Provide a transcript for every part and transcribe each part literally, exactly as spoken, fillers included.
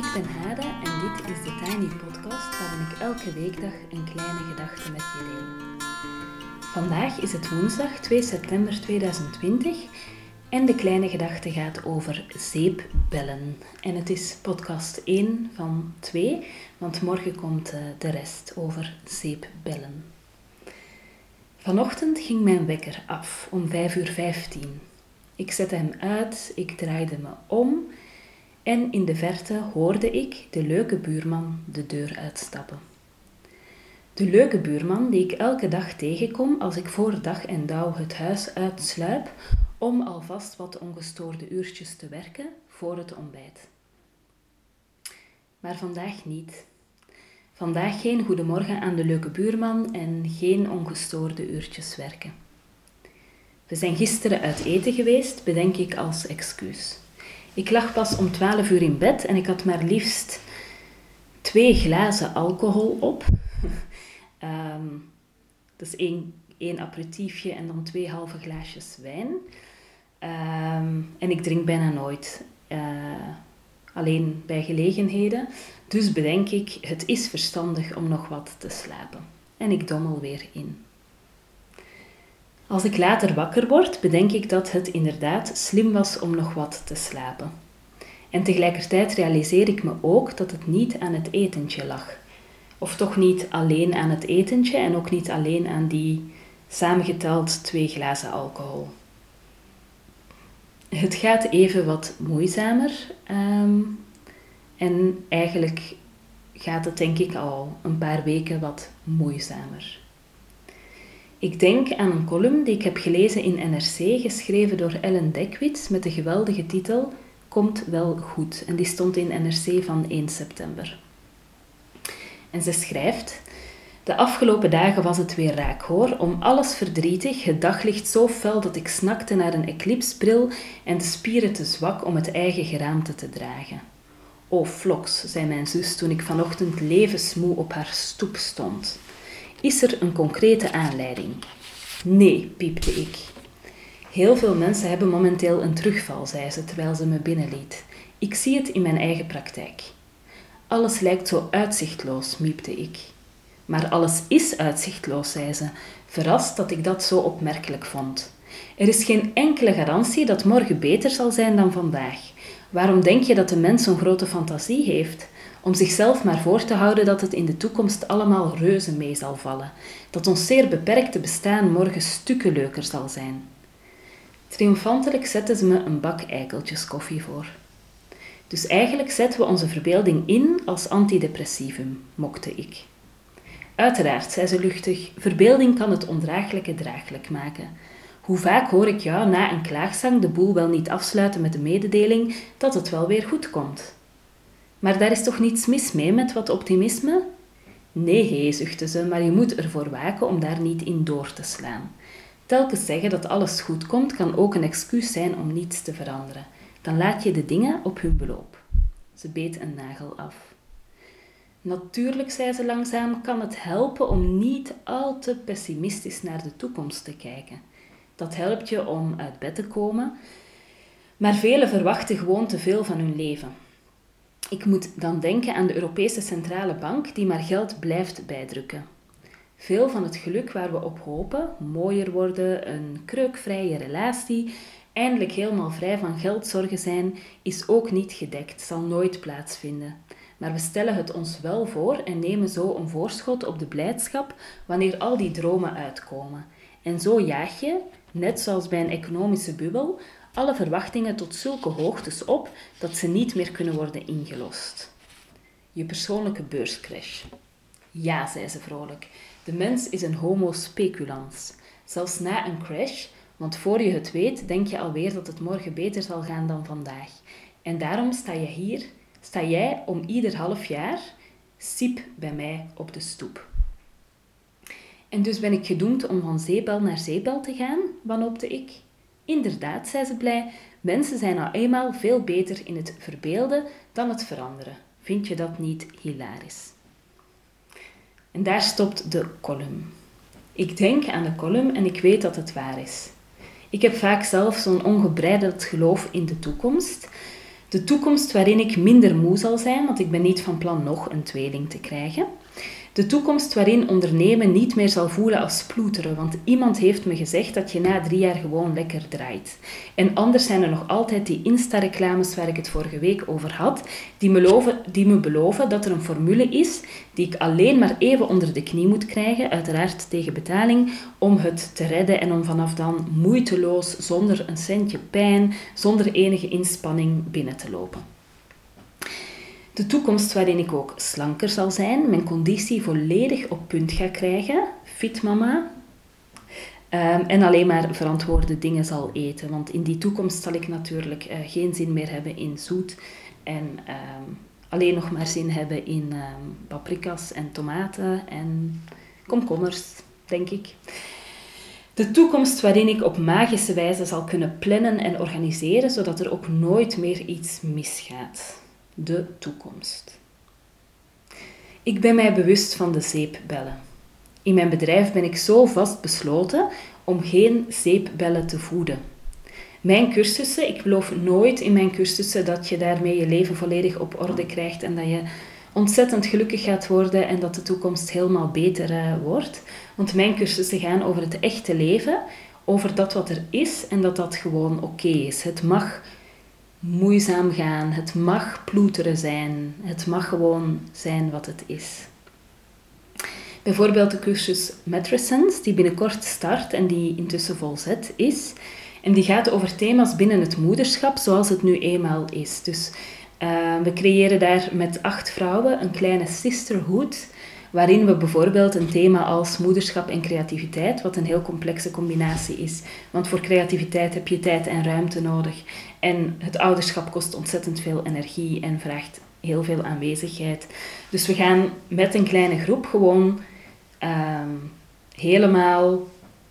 Ik ben Hade en dit is de Tiny Podcast waarin ik elke weekdag een kleine gedachte met je deel. Vandaag is het woensdag twee september tweeduizend twintig en de kleine gedachte gaat over zeepbellen. En het is podcast één van twee, want morgen komt de rest over zeepbellen. Vanochtend ging mijn wekker af om vijf uur vijftien. Ik zette hem uit, ik draaide me om en in de verte hoorde ik de leuke buurman de deur uitstappen. De leuke buurman die ik elke dag tegenkom als ik voor dag en dauw het huis uitsluip om alvast wat ongestoorde uurtjes te werken voor het ontbijt. Maar vandaag niet. Vandaag geen goedemorgen aan de leuke buurman en geen ongestoorde uurtjes werken. We zijn gisteren uit eten geweest, bedenk ik als excuus. Ik lag pas om twaalf uur in bed en ik had maar liefst twee glazen alcohol op. um, dus één, één aperitiefje en dan twee halve glaasjes wijn. Um, en ik drink bijna nooit, uh, alleen bij gelegenheden. Dus bedenk ik, het is verstandig om nog wat te slapen. En ik dommel weer in. Als ik later wakker word, bedenk ik dat het inderdaad slim was om nog wat te slapen. En tegelijkertijd realiseer ik me ook dat het niet aan het etentje lag. Of toch niet alleen aan het etentje en ook niet alleen aan die samengeteld twee glazen alcohol. Het gaat even wat moeizamer. Um, en eigenlijk gaat het denk ik al een paar weken wat moeizamer. Ik denk aan een column die ik heb gelezen in N R C, geschreven door Ellen Dekwits, met de geweldige titel Komt wel goed. En die stond in N R C van één september. En ze schrijft: de afgelopen dagen was het weer raak hoor, om alles verdrietig, het daglicht zo fel dat ik snakte naar een eclipsbril en de spieren te zwak om het eigen geraamte te dragen. O floks, zei mijn zus toen ik vanochtend levensmoe op haar stoep stond. Is er een concrete aanleiding? Nee, piepte ik. Heel veel mensen hebben momenteel een terugval, zei ze terwijl ze me binnenliet. Ik zie het in mijn eigen praktijk. Alles lijkt zo uitzichtloos, miepte ik. Maar alles is uitzichtloos, zei ze, verrast dat ik dat zo opmerkelijk vond. Er is geen enkele garantie dat morgen beter zal zijn dan vandaag. Waarom denk je dat de mens zo'n grote fantasie heeft? Om zichzelf maar voor te houden dat het in de toekomst allemaal reuze mee zal vallen. Dat ons zeer beperkte bestaan morgen stukken leuker zal zijn. Triomfantelijk zetten ze me een bak eikeltjes koffie voor. Dus eigenlijk zetten we onze verbeelding in als antidepressivum, mokte ik. Uiteraard, zei ze luchtig, verbeelding kan het ondraaglijke draaglijk maken. Hoe vaak hoor ik jou na een klaagzang de boel wel niet afsluiten met de mededeling dat het wel weer goed komt. Maar daar is toch niets mis mee met wat optimisme? Nee, hé, zuchtte ze, maar je moet ervoor waken om daar niet in door te slaan. Telkens zeggen dat alles goed komt kan ook een excuus zijn om niets te veranderen. Dan laat je de dingen op hun beloop. Ze beet een nagel af. Natuurlijk, zei ze langzaam, kan het helpen om niet al te pessimistisch naar de toekomst te kijken. Dat helpt je om uit bed te komen, maar velen verwachten gewoon te veel van hun leven. Ik moet dan denken aan de Europese Centrale Bank die maar geld blijft bijdrukken. Veel van het geluk waar we op hopen, mooier worden, een kreukvrije relatie, eindelijk helemaal vrij van geldzorgen zijn, is ook niet gedekt, zal nooit plaatsvinden. Maar we stellen het ons wel voor en nemen zo een voorschot op de blijdschap wanneer al die dromen uitkomen. En zo jaag je, net zoals bij een economische bubbel, alle verwachtingen tot zulke hoogtes op dat ze niet meer kunnen worden ingelost. Je persoonlijke beurscrash. Ja, zei ze vrolijk. De mens is een homo speculans. Zelfs na een crash, want voor je het weet, denk je alweer dat het morgen beter zal gaan dan vandaag. En daarom sta je hier, sta jij om ieder half jaar, siep bij mij op de stoep. En dus ben ik gedoemd om van zeepbel naar zeepbel te gaan, wanhoopte ik. Inderdaad, zei ze blij, mensen zijn nou eenmaal veel beter in het verbeelden dan het veranderen. Vind je dat niet hilarisch? En daar stopt de column. Ik denk aan de column en ik weet dat het waar is. Ik heb vaak zelf zo'n ongebreideld geloof in de toekomst, De toekomst waarin ik minder moe zal zijn, want ik ben niet van plan nog een tweeling te krijgen. De toekomst waarin ondernemen niet meer zal voelen als ploeteren, want iemand heeft me gezegd dat je na drie jaar gewoon lekker draait. En anders zijn er nog altijd die Insta-reclames waar ik het vorige week over had, die me, loven, die me beloven dat er een formule is die ik alleen maar even onder de knie moet krijgen, uiteraard tegen betaling, om het te redden en om vanaf dan moeiteloos, zonder een centje pijn, zonder enige inspanning binnen te lopen. De toekomst waarin ik ook slanker zal zijn, mijn conditie volledig op punt ga krijgen, fit mama, um, en alleen maar verantwoorde dingen zal eten. Want in die toekomst zal ik natuurlijk uh, geen zin meer hebben in zoet en um, alleen nog maar zin hebben in um, paprika's en tomaten en komkommers, denk ik. De toekomst waarin ik op magische wijze zal kunnen plannen en organiseren, zodat er ook nooit meer iets misgaat. De toekomst. Ik ben mij bewust van de zeepbellen. In mijn bedrijf ben ik zo vastbesloten om geen zeepbellen te voeden. Mijn cursussen, ik beloof nooit in mijn cursussen dat je daarmee je leven volledig op orde krijgt en dat je ontzettend gelukkig gaat worden en dat de toekomst helemaal beter uh, wordt. Want mijn cursussen gaan over het echte leven, over dat wat er is en dat dat gewoon oké okay is. Het mag moeizaam gaan, het mag ploeteren zijn, het mag gewoon zijn wat het is. Bijvoorbeeld de cursus Matrescence, die binnenkort start en die intussen volzet is. En die gaat over thema's binnen het moederschap, zoals het nu eenmaal is. Dus uh, we creëren daar met acht vrouwen een kleine sisterhood, waarin we bijvoorbeeld een thema als moederschap en creativiteit, wat een heel complexe combinatie is. Want voor creativiteit heb je tijd en ruimte nodig. En het ouderschap kost ontzettend veel energie en vraagt heel veel aanwezigheid. Dus we gaan met een kleine groep gewoon uh, helemaal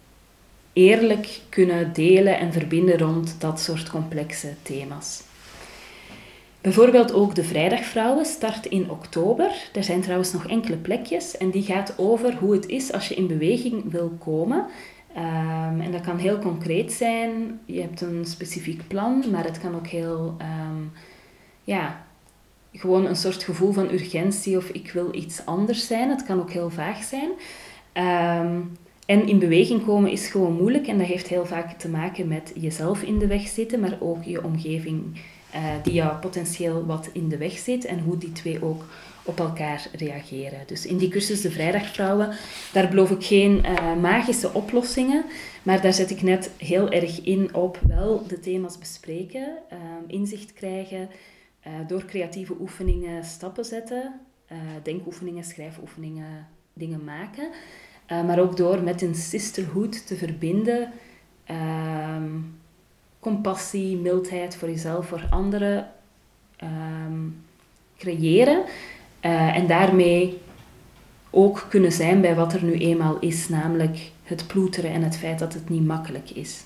eerlijk kunnen delen en verbinden rond dat soort complexe thema's. Bijvoorbeeld ook de Vrijdagvrouwen start in oktober. Er zijn trouwens nog enkele plekjes en die gaat over hoe het is als je in beweging wil komen. Um, en dat kan heel concreet zijn. Je hebt een specifiek plan, maar het kan ook heel, um, ja, gewoon een soort gevoel van urgentie of ik wil iets anders zijn. Het kan ook heel vaag zijn. Um, en in beweging komen is gewoon moeilijk en dat heeft heel vaak te maken met jezelf in de weg zitten, maar ook je omgeving uh, die jou potentieel wat in de weg zit en hoe die twee ook op elkaar reageren. Dus in die cursus De Vrijdagvrouwen, daar beloof ik geen uh, magische oplossingen, maar daar zet ik net heel erg in op wel de thema's bespreken, uh, inzicht krijgen, uh, door creatieve oefeningen stappen zetten, uh, denkoefeningen, schrijfoefeningen, dingen maken, uh, maar ook door met een sisterhood te verbinden, uh, compassie, mildheid voor jezelf, voor anderen, uh, creëren. Uh, en daarmee ook kunnen zijn bij wat er nu eenmaal is, namelijk het ploeteren en het feit dat het niet makkelijk is.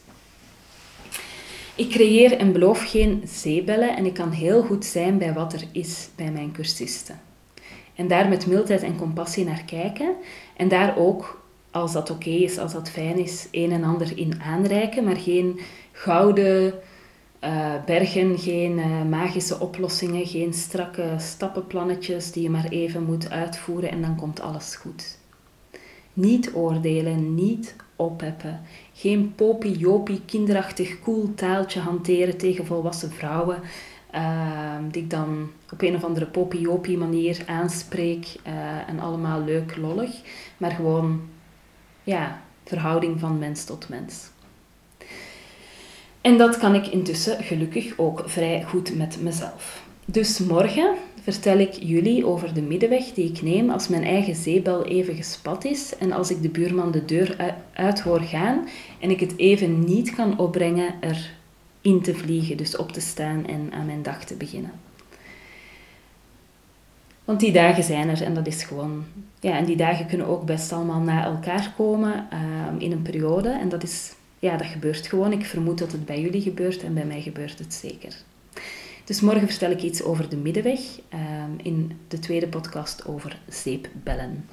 Ik creëer en beloof geen zeebellen en ik kan heel goed zijn bij wat er is bij mijn cursisten. En daar met mildheid en compassie naar kijken en daar ook, als dat oké is, als dat fijn is, een en ander in aanreiken, maar geen gouden Uh, bergen, geen uh, magische oplossingen, geen strakke stappenplannetjes die je maar even moet uitvoeren en dan komt alles goed. Niet oordelen, niet opheppen, geen popie-jopie, kinderachtig cool taaltje hanteren tegen volwassen vrouwen, uh, die ik dan op een of andere popie-jopie manier aanspreek uh, en allemaal leuk lollig, maar gewoon, ja, verhouding van mens tot mens. En dat kan ik intussen gelukkig ook vrij goed met mezelf. Dus morgen vertel ik jullie over de middenweg die ik neem als mijn eigen zeebel even gespat is en als ik de buurman de deur uit hoor gaan en ik het even niet kan opbrengen erin te vliegen, dus op te staan en aan mijn dag te beginnen. Want die dagen zijn er en dat is gewoon... Ja, en die dagen kunnen ook best allemaal na elkaar komen uh, in een periode en dat is... Ja, dat gebeurt gewoon. Ik vermoed dat het bij jullie gebeurt en bij mij gebeurt het zeker. Dus morgen vertel ik iets over de middenweg um, in de tweede podcast over zeepbellen.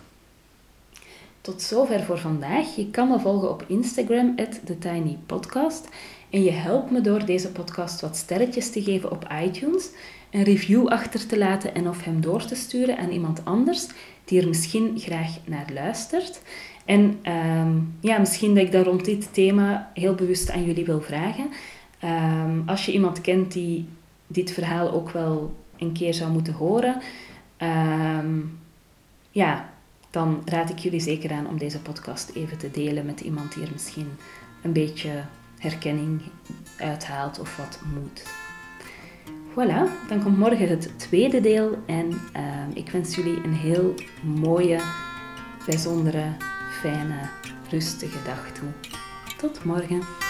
Tot zover voor vandaag. Je kan me volgen op Instagram, at TheTinyPodcast. En je helpt me door deze podcast wat sterretjes te geven op iTunes, een review achter te laten en of hem door te sturen aan iemand anders die er misschien graag naar luistert. En um, ja, misschien dat ik daar rond dit thema heel bewust aan jullie wil vragen. Um, als je iemand kent die dit verhaal ook wel een keer zou moeten horen, um, ja, dan raad ik jullie zeker aan om deze podcast even te delen met iemand die er misschien een beetje herkenning uithaalt of wat moet. Voilà, dan komt morgen het tweede deel en uh, ik wens jullie een heel mooie, bijzondere, fijne, rustige dag toe. Tot morgen.